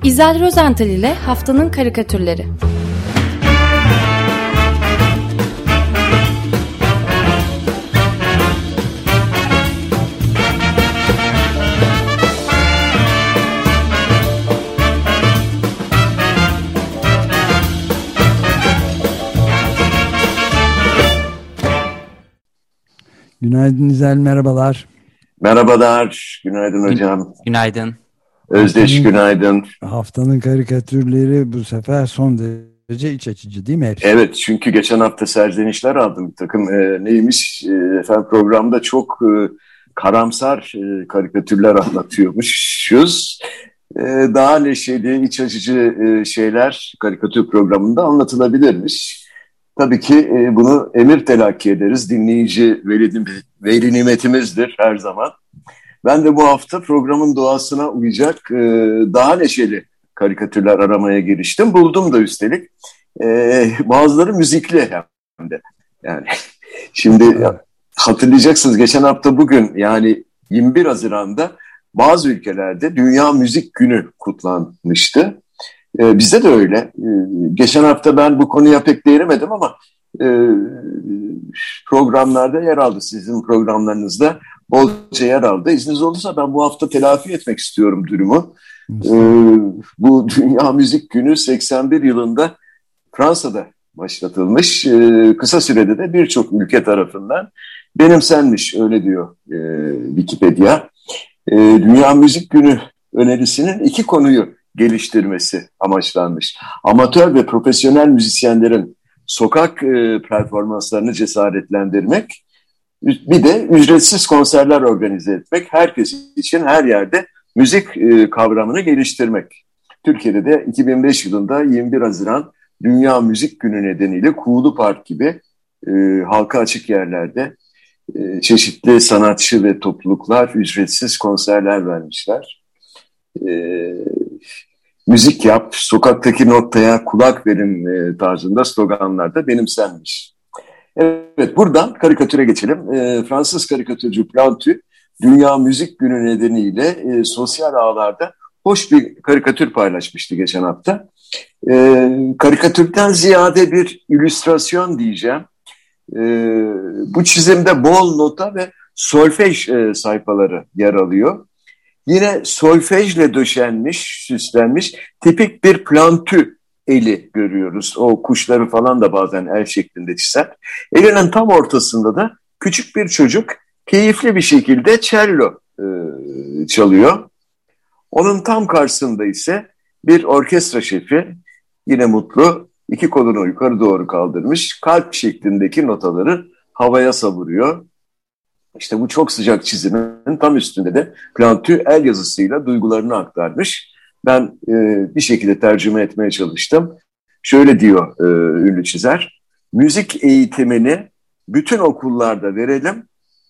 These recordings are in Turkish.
İzel Rozental ile Haftanın Karikatürleri. Günaydın İzel, merhabalar. Merhabalar, günaydın hocam. Günaydın. Özdeş, günaydın. Haftanın karikatürleri bu sefer son derece iç açıcı değil mi hepsi? Evet, çünkü geçen hafta serzenişler aldım. Bir takım neymiş, efendim programda çok karamsar karikatürler anlatıyormuşuz. Daha neşeli, iç açıcı şeyler karikatür programında anlatılabilirmiş. Tabii ki bunu emir telakki ederiz. Dinleyici veli nimetimizdir her zaman. Ben de bu hafta programın doğasına uyacak daha neşeli karikatürler aramaya giriştim. Buldum da üstelik. Bazıları müzikli hem de. Yani şimdi hatırlayacaksınız geçen hafta bugün yani 21 Haziran'da bazı ülkelerde Dünya Müzik Günü kutlanmıştı. Bizde de öyle. Geçen hafta ben bu konuya pek değinemedim ama programlarda yer aldı. Sizin programlarınızda bolca yer aldı. İzniniz olursa ben bu hafta telafi etmek istiyorum durumu. Bu Dünya Müzik Günü 81 yılında Fransa'da başlatılmış. Kısa sürede de birçok ülke tarafından benimsenmiş, öyle diyor Wikipedia. Dünya Müzik Günü önerisinin iki konuyu geliştirmesi amaçlanmış. Amatör ve profesyonel müzisyenlerin sokak performanslarını cesaretlendirmek, bir de ücretsiz konserler organize etmek, herkes için her yerde müzik kavramını geliştirmek. Türkiye'de de 2005 yılında 21 Haziran Dünya Müzik Günü nedeniyle Kuğulu Park gibi halka açık yerlerde çeşitli sanatçı ve topluluklar ücretsiz konserler vermişler. Müzik yap, sokaktaki notaya kulak verin tarzında sloganlar da benimsenmiş. Evet, buradan karikatüre geçelim. Fransız karikatürcü Plantu, Dünya Müzik Günü nedeniyle sosyal ağlarda hoş bir karikatür paylaşmıştı geçen hafta. Karikatürden ziyade bir illüstrasyon diyeceğim. Bu çizimde bol nota ve solfej sayfaları yer alıyor. Yine solfejle döşenmiş, süslenmiş tipik bir Plantu eli görüyoruz. O kuşları falan da bazen el şeklinde çizer. Elinin tam ortasında da küçük bir çocuk keyifli bir şekilde cello çalıyor. Onun tam karşısında ise bir orkestra şefi, yine mutlu, iki kolunu yukarı doğru kaldırmış, kalp şeklindeki notaları havaya savuruyor. İşte bu çok sıcak çizimin tam üstünde de Plantu el yazısıyla duygularını aktarmış. Ben bir şekilde tercüme etmeye çalıştım. Şöyle diyor ünlü çizer: müzik eğitimini bütün okullarda verelim.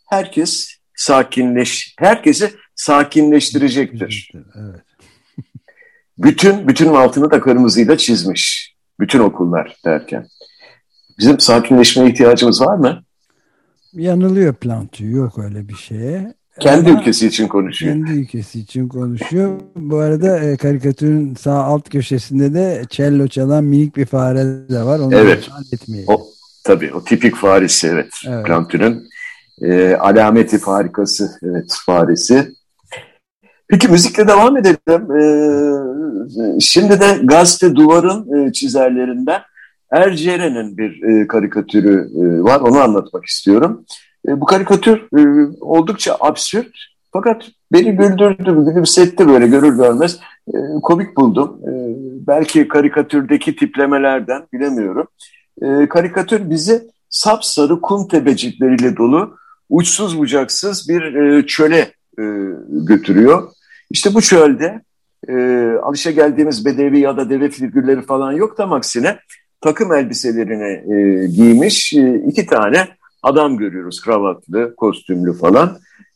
Herkesi sakinleştirecektir. Evet. Bütünün altını da kırmızıyla çizmiş. Bütün okullar derken. Bizim sakinleşmeye ihtiyacımız var mı? Yanılıyor Plantu, yok öyle bir şeye. Kendi ülkesi için konuşuyor. Kendi ülkesi için konuşuyor. Bu arada karikatürün sağ alt köşesinde de cello çalan minik bir fare de var. Onu evet. Etmeyelim. Tabii o tipik faresi, evet. Plantu'nun alameti farikası, evet, faresi. Peki müzikle devam edelim. Şimdi de gazete Duvar'ın çizerlerinden Erceren'in bir karikatürü var. Onu anlatmak istiyorum. Bu karikatür oldukça absürt. Fakat beni güldürdü, gülümsetti böyle görür görmez. Komik buldum. Belki karikatürdeki tiplemelerden, bilemiyorum. Karikatür bizi sapsarı kum tepecikleriyle dolu, uçsuz bucaksız bir çöle götürüyor. İşte bu çölde alışageldiğimiz bedevi ya da deve figürleri falan yok, tam aksine takım elbiselerini giymiş iki tane adam görüyoruz. Kravatlı, kostümlü falan.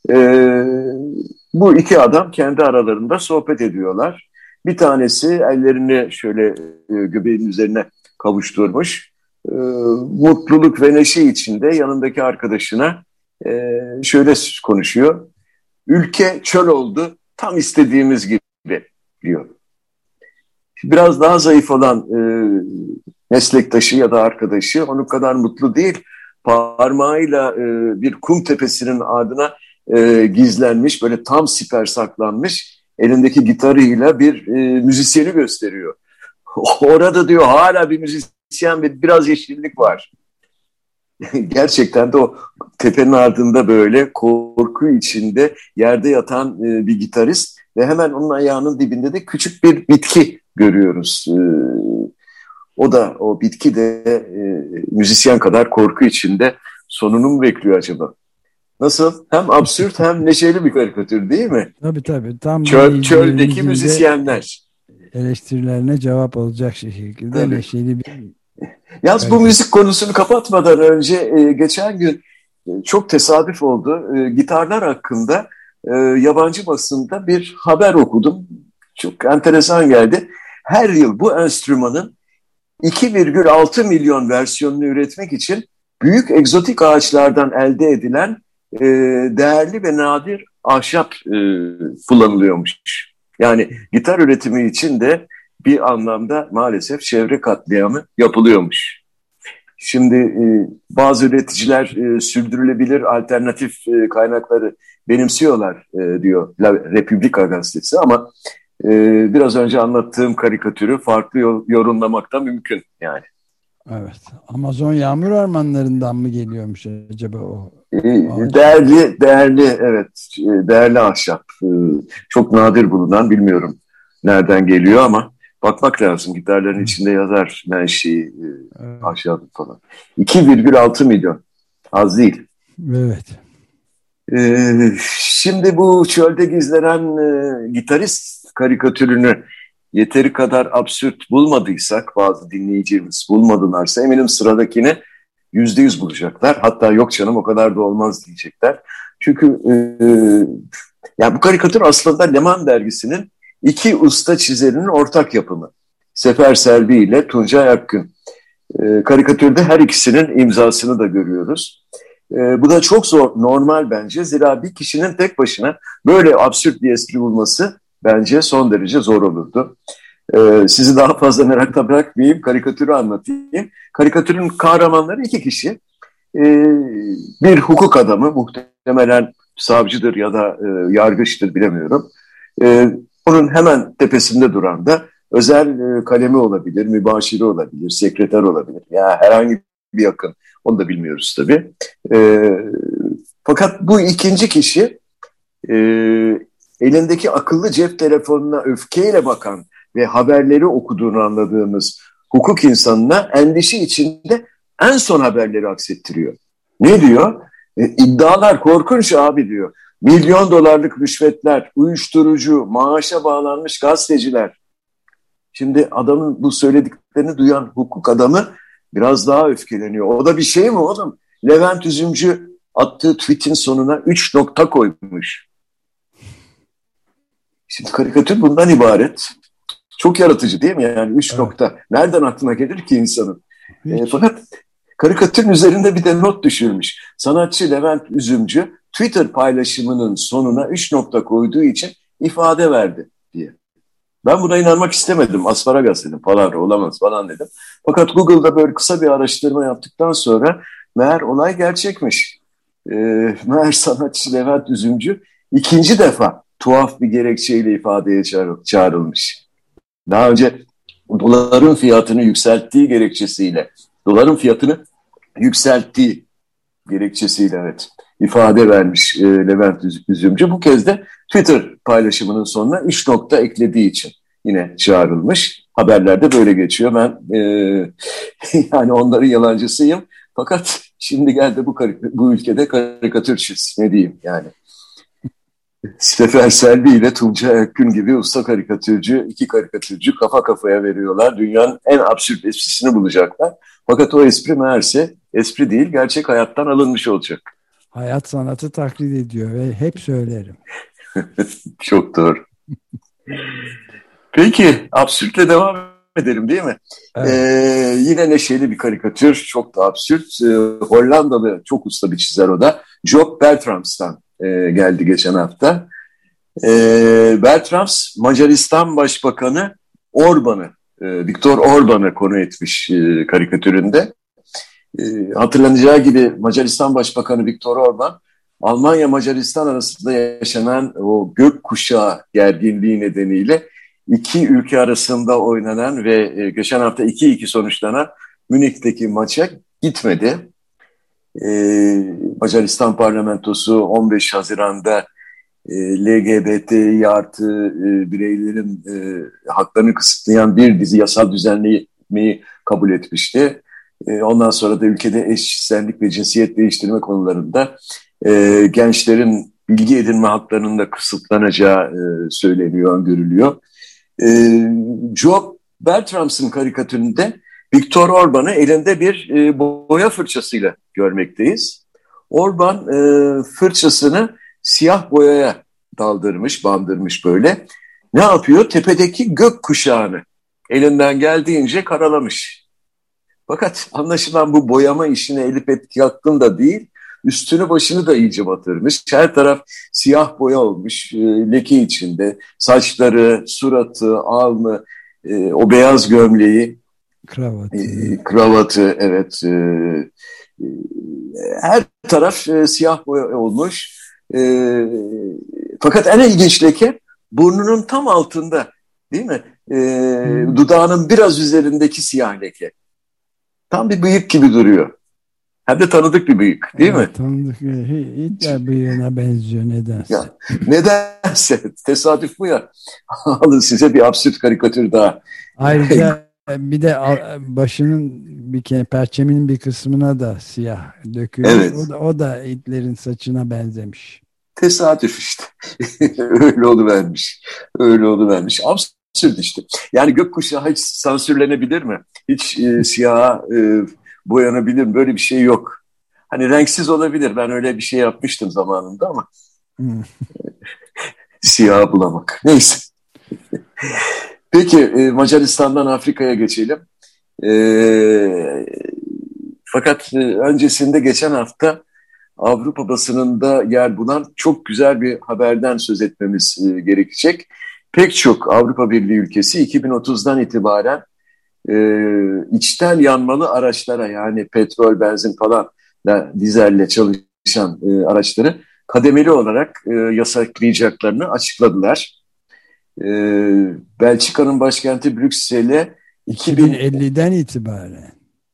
Bu iki adam kendi aralarında sohbet ediyorlar. Bir tanesi ellerini şöyle göbeğinin üzerine kavuşturmuş. Mutluluk ve neşe içinde yanındaki arkadaşına şöyle konuşuyor: ülke çöl oldu, tam istediğimiz gibi diyor. Biraz daha zayıf olan meslektaşı ya da arkadaşı onun kadar mutlu değil. Parmağıyla bir kum tepesinin ardına gizlenmiş, böyle tam siper saklanmış, elindeki gitarıyla bir müzisyeni gösteriyor. Orada diyor hala bir müzisyen ve biraz yeşillik var. Gerçekten de o tepenin ardında böyle korku içinde yerde yatan bir gitarist ve hemen onun ayağının dibinde de küçük bir bitki görüyoruz. O bitki de müzisyen kadar korku içinde sonunu mu bekliyor acaba? Nasıl? Hem absürt hem neşeli bir karikatür değil mi? Tabii. Tam Çöldeki müzisyenler. Eleştirilerine cevap olacak şekilde neşeli bir Yalnız bu müzik konusunu kapatmadan önce geçen gün çok tesadüf oldu. Gitarlar hakkında yabancı basında bir haber okudum. Çok enteresan geldi. Her yıl bu enstrümanın 2,6 milyon versiyonunu üretmek için büyük egzotik ağaçlardan elde edilen değerli ve nadir ahşap kullanılıyormuş. Yani gitar üretimi için de bir anlamda maalesef çevre katliamı yapılıyormuş. Şimdi bazı üreticiler sürdürülebilir alternatif kaynakları benimsiyorlar diyor La Repubblica gazetesi ama biraz önce anlattığım karikatürü farklı yorumlamak da mümkün yani. Evet. Amazon yağmur ormanlarından mı geliyormuş acaba o? Değerli evet, değerli ahşap. Çok nadir bulunan, bilmiyorum nereden geliyor ama bakmak lazım. Gitarların içinde yazar menşei, ahşap falan. 2,6 milyon. Az değil. Evet. Şimdi bu çölde gizlenen gitarist karikatürünü yeteri kadar absürt bulmadıysak, bazı dinleyicilerimiz bulmadılarsa eminim sıradakini %100 bulacaklar. Hatta yok canım o kadar da olmaz diyecekler. Çünkü yani bu karikatür aslında Le Mans dergisinin iki usta çizerinin ortak yapımı. Sefer Selvi ile Tuncay Akgün. Karikatürde her ikisinin imzasını da görüyoruz. Bu da çok zor, normal bence. Zira bir kişinin tek başına böyle absürt bir espri bulması bence son derece zor olurdu. Sizi daha fazla merakla bırakmayayım, karikatürü anlatayım. Karikatürün kahramanları iki kişi. Bir hukuk adamı, muhtemelen savcıdır ya da yargıçtır bilemiyorum. Onun hemen tepesinde duran da özel kalemi olabilir, mübaşiri olabilir, sekreter olabilir. Ya herhangi bir yakın, onu da bilmiyoruz tabii. Fakat bu ikinci kişi elindeki akıllı cep telefonuna öfkeyle bakan ve haberleri okuduğunu anladığımız hukuk insanına endişe içinde en son haberleri aksettiriyor. Ne diyor? İddialar korkunç abi diyor. Milyon dolarlık rüşvetler, uyuşturucu, maaşa bağlanmış gazeteciler. Şimdi adamın bu söylediklerini duyan hukuk adamı biraz daha öfkeleniyor. O da bir şey mi oğlum? Levent Üzümcü attığı tweetin sonuna 3 nokta koymuş. Şimdi karikatür bundan ibaret. Çok yaratıcı değil mi? Yani 3 nokta. Nereden aklına gelir ki insanın? Fakat karikatürün üzerinde bir de not düşürmüş. Sanatçı Levent Üzümcü Twitter paylaşımının sonuna 3 nokta koyduğu için ifade verdi diye. Ben buna inanmak istemedim. Asparagas dedim falan, olamaz falan dedim. Fakat Google'da böyle kısa bir araştırma yaptıktan sonra meğer olay gerçekmiş. Meğer sanatçı Levent Üzümcü ikinci defa tuhaf bir gerekçeyle ifadeye çağrılmış. Daha önce doların fiyatını yükselttiği gerekçesiyle evet ifade vermiş Levent Üzümcü. Bu kez de Twitter paylaşımının sonuna 3 nokta eklediği için yine çağrılmış. Haberlerde böyle geçiyor. Ben yani onların yalancısıyım. Fakat şimdi geldi bu ülkede karikatür çiz. Ne diyeyim yani. Sefer Selvi ile Tuncay Akgün gibi usta karikatürcü, iki karikatürcü kafa kafaya veriyorlar. Dünyanın en absürt esprisini bulacaklar. Fakat o espri meğerse espri değil, gerçek hayattan alınmış olacak. Hayat sanatı taklit ediyor ve hep söylerim. Çok doğru. Peki, absürtle devam edelim değil mi? Evet. Yine neşeli bir karikatür, çok da absürt. Hollandalı çok usta bir çizer o da. Job Beltrams'tan geldi geçen hafta. Beltrams, Macaristan Başbakanı Orban'ı, Viktor Orban'ı konu etmiş karikatüründe. Hatırlanacağı gibi Macaristan Başbakanı Viktor Orban, Almanya-Macaristan arasında yaşanan o gökkuşağı gerginliği nedeniyle iki ülke arasında oynanan ve geçen hafta 2-2 sonuçlanan Münih'teki maça gitmedi. Macaristan parlamentosu 15 Haziran'da LGBT artı bireylerin haklarını kısıtlayan bir dizi yasal düzenlemeyi kabul etmişti. Ondan sonra da ülkede eşcinsellik ve cinsiyet değiştirme konularında gençlerin bilgi edinme haklarının da kısıtlanacağı söyleniyor, öngörülüyor. Joe Bertrams'ın karikatüründe Viktor Orban'ı elinde bir boya fırçasıyla görmekteyiz. Orban fırçasını siyah boyaya daldırmış, bandırmış böyle. Ne yapıyor? Tepedeki gökkuşağını elinden geldiğince karalamış. Fakat anlaşılan bu boyama işine elip etki yatkın da değil, üstünü başını da iyice batırmış. Her taraf siyah boya olmuş, leke içinde. Saçları, suratı, alnı, o beyaz gömleği, kravatı evet. Her taraf siyah boya olmuş. Fakat en ilginç leke burnunun tam altında, değil mi? Dudağının biraz üzerindeki siyah leke. Tam bir bıyık gibi duruyor. Hem de tanıdık bir bıyık, değil mi? Tanıdık. Hitler bıyığına benziyor nedense. Ya, nedense. Tesadüf bu ya. Alın size bir absürt karikatür daha. Ayrıca bir de başının bir perçeminin bir kısmına da siyah döküyor. Evet. O da Hitler'in saçına benzemiş. Tesadüf işte. Öyle oluvermiş. Öyle oluvermiş. Absürt işte. Yani gökkuşağı hiç sansürlenebilir mi? Hiç siyaha boyanabilir mi? Böyle bir şey yok. Hani renksiz olabilir. Ben öyle bir şey yapmıştım zamanında ama siyahı bulamak. Neyse. Peki Macaristan'dan Afrika'ya geçelim. Fakat öncesinde geçen hafta Avrupa basınında yer bulan çok güzel bir haberden söz etmemiz gerekecek. Pek çok Avrupa Birliği ülkesi 2030'dan itibaren içten yanmalı araçlara, yani petrol, benzin falan dizelle çalışan araçları kademeli olarak yasaklayacaklarını açıkladılar. Belçika'nın başkenti Brüksel'e 2050'den itibaren.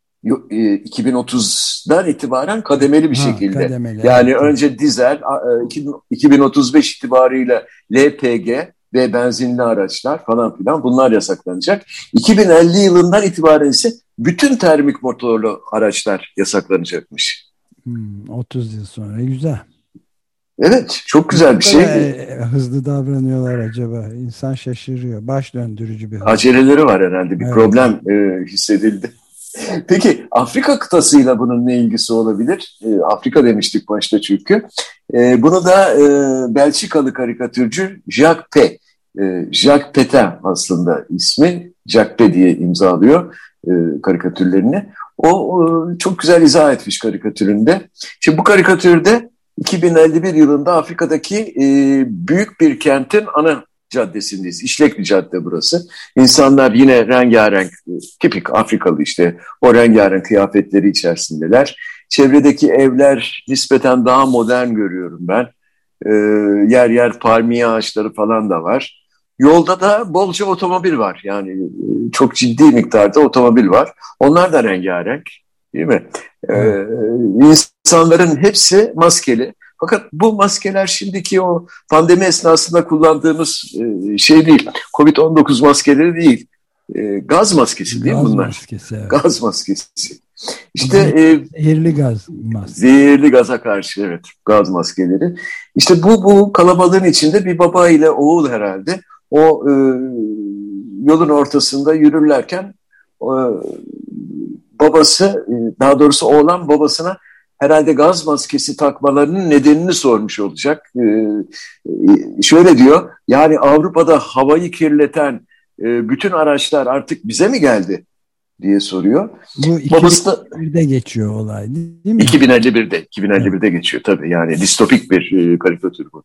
2030'dan itibaren kademeli bir şekilde. Kademeli, yani evet. Önce dizel, 2035 itibarıyla LPG ve benzinli araçlar falan filan, bunlar yasaklanacak. 2050 yılından itibaren ise bütün termik motorlu araçlar yasaklanacakmış. 30 yıl sonra. Güzel. Evet, çok güzel bir şey. Hızlı davranıyorlar acaba. İnsan şaşırıyor. Baş döndürücü bir hal. Aceleleri var herhalde. Bir problem hissedildi. Peki Afrika kıtasıyla bunun ne ilgisi olabilir? Afrika demiştik başta çünkü. Bunu da Belçikalı karikatürcü Jacques P. Jacques Petain aslında ismi. Jacques P diye imzalıyor karikatürlerini. O çok güzel izah etmiş karikatüründe. Şimdi bu karikatürde 2051 yılında Afrika'daki büyük bir kentin ana caddesindeyiz. İşlek bir cadde burası. İnsanlar yine rengarenk, tipik Afrikalı işte, o rengarenk kıyafetleri içerisindeler. Çevredeki evler nispeten daha modern görüyorum ben. Yer yer palmiye ağaçları falan da var. Yolda da bolca otomobil var. Yani çok ciddi miktarda otomobil var. Onlar da rengarenk, değil mi? İnsanların hepsi maskeli. Fakat bu maskeler şimdiki o pandemi esnasında kullandığımız şey değil. Covid-19 maskeleri değil. Gaz maskesi değil mi bunlar? Maskesi, evet. Gaz maskesi. İşte zehirli gaz maskesi. Zehirli gaza karşı, evet, gaz maskeleri. İşte bu kalabalığın içinde bir baba ile oğul herhalde. O yolun ortasında yürürlerken babası, daha doğrusu oğlan babasına herhalde gaz maskesi takmalarının nedenini sormuş olacak. Şöyle diyor, yani Avrupa'da havayı kirleten bütün araçlar artık bize mi geldi? diye soruyor. Bu 2051'de geçiyor olay değil mi? 2051'de geçiyor tabii. Yani distopik bir karikatür bu.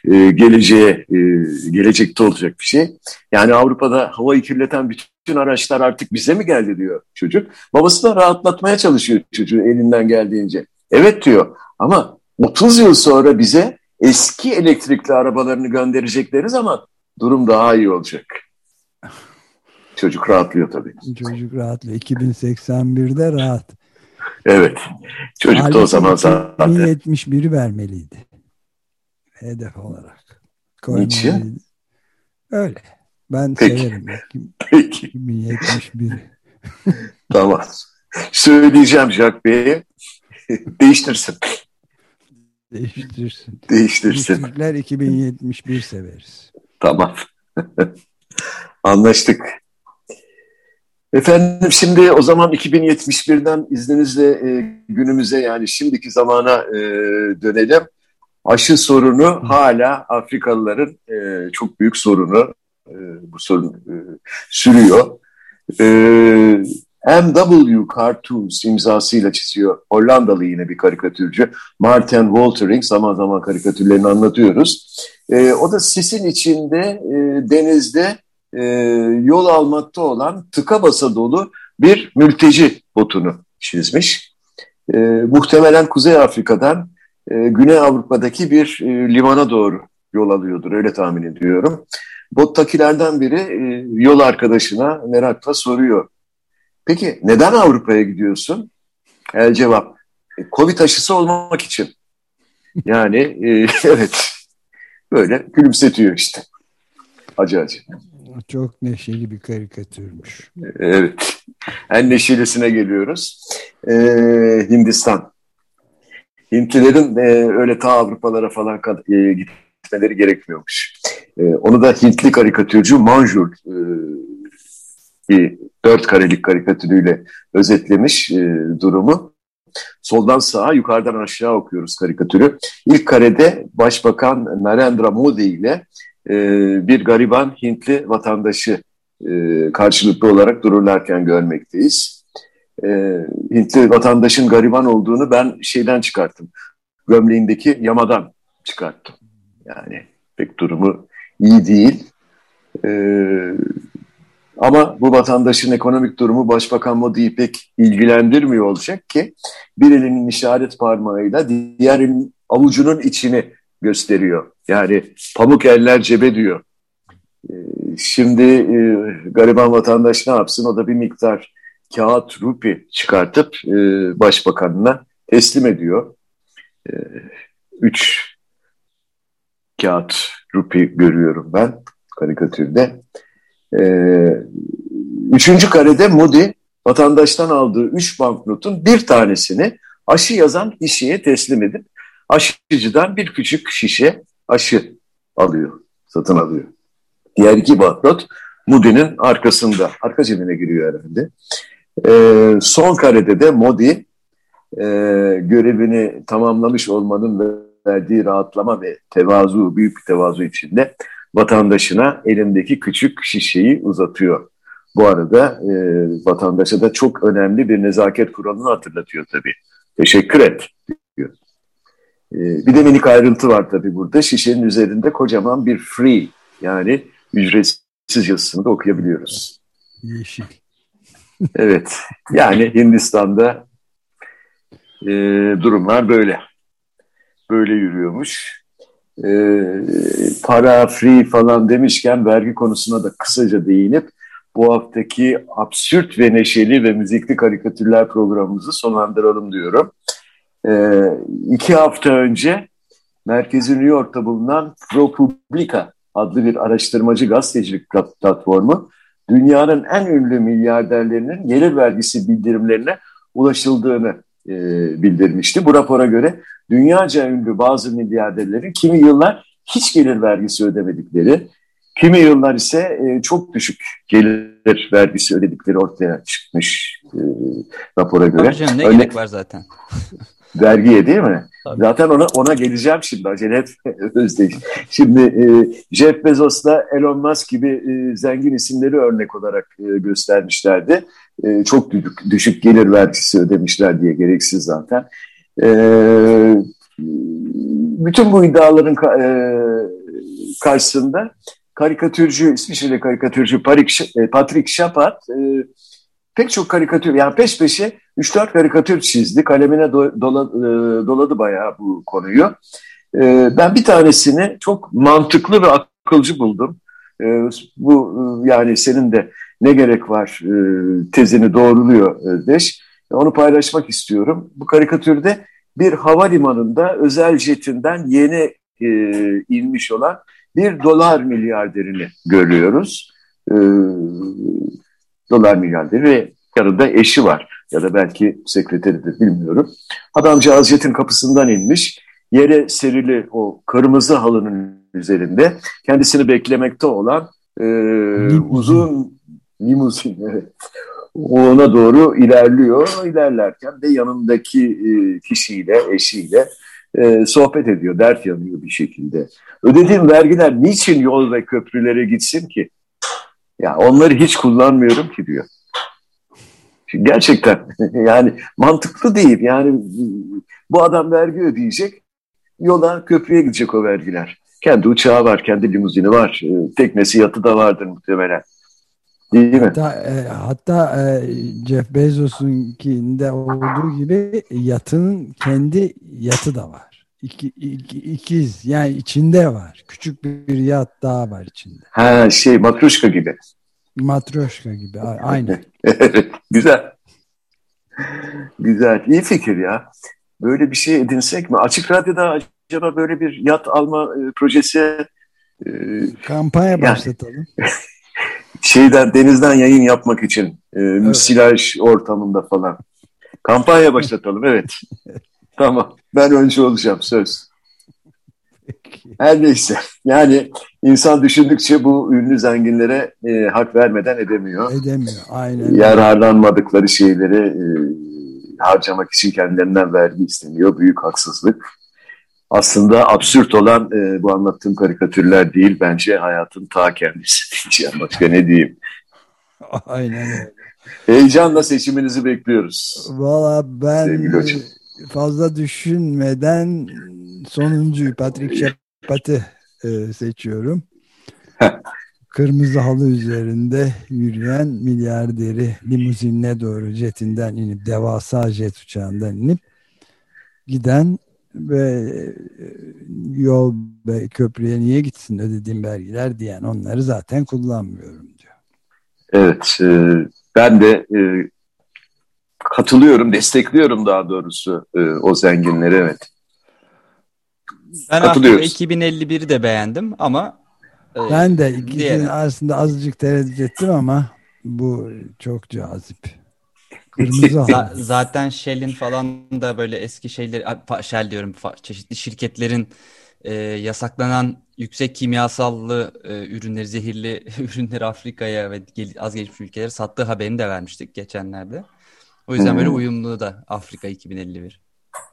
Gelecekte olacak bir şey. Yani Avrupa'da havayı kirleten bütün araçlar artık bize mi geldi diyor çocuk. Babası da rahatlatmaya çalışıyor çocuğu elinden geldiğince. Evet diyor ama 30 yıl sonra bize eski elektrikli arabalarını gönderecekleri zaman durum daha iyi olacak. Çocuk rahatlıyor tabii. Çocuk rahatlıyor. 2081'de rahat. Evet. Çocuk da o zaman zaten 2071'i vermeliydi. Hedef olarak. Niçin? Öyle. Ben Peki. severim. Peki. 2071'i. Tamam. Söyleyeceğim Jack Bey'e. Değiştirsin. Değiştirsin. Türkler 2071 severiz. Tamam. Anlaştık. Efendim şimdi o zaman 2071'den izninizle günümüze yani şimdiki zamana dönelim. Aşı sorunu hala Afrikalıların çok büyük sorunu. Bu sorun sürüyor. M.W. Cartoons imzasıyla çiziyor. Hollandalı yine bir karikatürcü. Martin Woltering, zaman zaman karikatürlerini anlatıyoruz. O da sisin içinde denizde yol almakta olan tıka basa dolu bir mülteci botunu çizmiş. Muhtemelen Kuzey Afrika'dan Güney Avrupa'daki bir limana doğru yol alıyordur, öyle tahmin ediyorum. Bottakilerden biri yol arkadaşına merakla soruyor. Peki neden Avrupa'ya gidiyorsun? El cevap, Covid aşısı olmak için. Yani evet, böyle gülümsetiyor işte. Acı. Çok neşeli bir karikatürmüş. Evet. En neşelisine geliyoruz. Hindistan. Hintlilerin öyle ta Avrupalara falan gitmeleri gerekmiyormuş. Onu da Hintli karikatürcü Manjur bir 4 karelik karikatürüyle özetlemiş durumu. Soldan sağa, yukarıdan aşağı okuyoruz karikatürü. İlk karede Başbakan Narendra Modi ile bir gariban Hintli vatandaşı karşılıklı olarak dururlarken görmekteyiz. Hintli vatandaşın gariban olduğunu ben şeyden çıkarttım. Gömleğindeki yamadan çıkarttım. Yani pek durumu iyi değil. Ama bu vatandaşın ekonomik durumu Başbakan Modi'yi pek ilgilendirmiyor olacak ki bir elinin işaret parmağıyla diğer elin avucunun içini gösteriyor. Yani pamuk eller cebe diyor. Şimdi gariban vatandaş ne yapsın? O da bir miktar kağıt rupi çıkartıp başbakanına teslim ediyor. 3 kağıt rupi görüyorum ben karikatürde. 3. karede Modi vatandaştan aldığı 3 banknotun bir tanesini aşı yazan kişiye teslim edip aşıcıdan bir küçük şişe aşı alıyor, satın alıyor. Diğer 2 banknot Modi'nin arkasında, arka cebine giriyor herhalde. Son karede de Modi görevini tamamlamış olmanın verdiği rahatlama ve tevazu, büyük bir tevazu içinde vatandaşına elindeki küçük şişeyi uzatıyor. Bu arada vatandaşa da çok önemli bir nezaket kuralını hatırlatıyor tabii. Teşekkür et diyor. Bir de minik ayrıntı var tabii burada. Şişenin üzerinde kocaman bir free, yani ücretsiz yazısını da okuyabiliyoruz. Yeşil. Evet. Yani Hindistan'da durumlar böyle. Böyle yürüyormuş. Para free falan demişken vergi konusuna da kısaca değinip bu haftaki absürt ve neşeli ve müzikli karikatürler programımızı sonlandıralım diyorum. 2 hafta önce merkezi New York'ta bulunan ProPublica adlı bir araştırmacı gazetecilik platformu dünyanın en ünlü milyarderlerinin gelir vergisi bildirimlerine ulaşıldığını bildirmişti. Bu rapora göre dünyaca ünlü bazı milyarderlerin kimi yıllar hiç gelir vergisi ödemedikleri, kimi yıllar ise çok düşük gelir vergisi ödedikleri ortaya çıkmış rapora göre. Tabii canım, ne gerek var zaten. Vergiye değil mi? Tabii. Zaten ona geleceğim şimdi. Acele et Özdeş. Şimdi Jeff Bezos'la Elon Musk gibi zengin isimleri örnek olarak göstermişlerdi. çok düşük gelir vergisi ödemişler diye, gereksiz zaten. Bütün bu iddiaların karşısında karikatürcü, İsviçreli karikatürcü Patrick Chapat pek çok karikatür, yani peş peşe 3-4 karikatür çizdi. Kalemine doladı bayağı bu konuyu. Ben bir tanesini çok mantıklı ve akılcı buldum. Bu yani senin de ne gerek var tezini doğruluyor Özdeş. Onu paylaşmak istiyorum. Bu karikatürde bir havalimanında özel jetinden yeni inmiş olan bir dolar milyarderini görüyoruz. Dolar milyarderi ve yanında eşi var. Ya da belki sekreteridir, bilmiyorum. Adamcağız jetin kapısından inmiş. Yere serili o kırmızı halının üzerinde kendisini beklemekte olan uzun limuzin, evet, ona doğru ilerliyor. İlerlerken de yanındaki kişiyle, eşiyle sohbet ediyor, dert yanıyor bir şekilde. Ödediğim vergiler niçin yol ve köprülere gitsin ki? Ya onları hiç kullanmıyorum ki diyor. Şimdi gerçekten yani mantıklı değil. Yani bu adam vergi ödeyecek, yola, köprüye gidecek o vergiler. Kendi uçağı var, kendi limuzini var, teknesi, yatı da vardır muhtemelen. Değil mi? Hatta Jeff Bezos'unkinde olduğu gibi yatının kendi yatı da var. İkiz, yani içinde var. Küçük bir yat daha var içinde. Ha, matruşka gibi. Matryoshka gibi, aynen. Evet, güzel. Güzel, iyi fikir ya. Böyle bir şey edinsek mi? Açık Radyo'da acaba böyle bir yat alma projesi kampanya başlatalım. Denizden yayın yapmak için müsilaj ortamında falan. Kampanya başlatalım, evet. Tamam, ben önce olacağım, söz. Her neyse, yani insan düşündükçe bu ünlü zenginlere hak vermeden edemiyor. Edemiyor, aynen. Yararlanmadıkları şeyleri harcamak için kendilerinden vergi isteniyor. Büyük haksızlık. Aslında absürt olan bu anlattığım karikatürler değil, bence hayatın ta kendisi diyeceğim. Başka ne diyeyim? Aynen öyle. Heyecanla seçiminizi bekliyoruz. Valla ben fazla düşünmeden sonuncuyu, Patrick Chapat'ı seçiyorum. Kırmızı halı üzerinde yürüyen milyarderi limuzinine doğru jetinden inip, devasa jet uçağından inip giden ve yol ve köprüye niye gitsin ödediğim vergiler diyen, onları zaten kullanmıyorum diyor. Evet, ben de katılıyorum, destekliyorum daha doğrusu o zenginleri, evet. Ben Afrika 2051'i de beğendim ama ben de ikisinin arasında azıcık tereddüt ettim ama bu çok cazip. Kırmızı zaten Shell'in falan da böyle eski şeyleri, Shell diyorum, çeşitli şirketlerin yasaklanan yüksek kimyasallı ürünleri, zehirli ürünleri Afrika'ya ve az gelişmiş ülkelere sattığı haberini de vermiştik geçenlerde. O yüzden böyle uyumlu da Afrika 2051.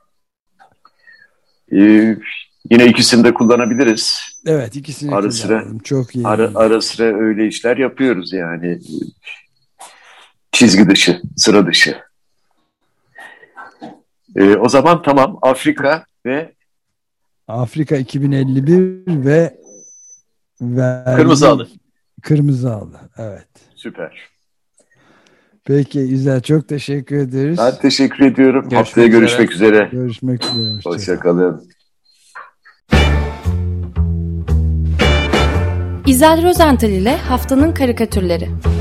Yine ikisini de kullanabiliriz. Evet, ikisini ara sıra, çok iyi. Ara sıra öyle işler yapıyoruz yani. Çizgi dışı, sıra dışı. O zaman tamam, Afrika 2051 ve Kırmızı Halı. Kırmızı Halı, evet. Süper. Peki güzel, çok teşekkür ederiz. Ben teşekkür ediyorum. Haftaya görüşmek üzere. Görüşmek üzere. Hoşça kalın. İzel Rozental ile Haftanın Karikatürleri.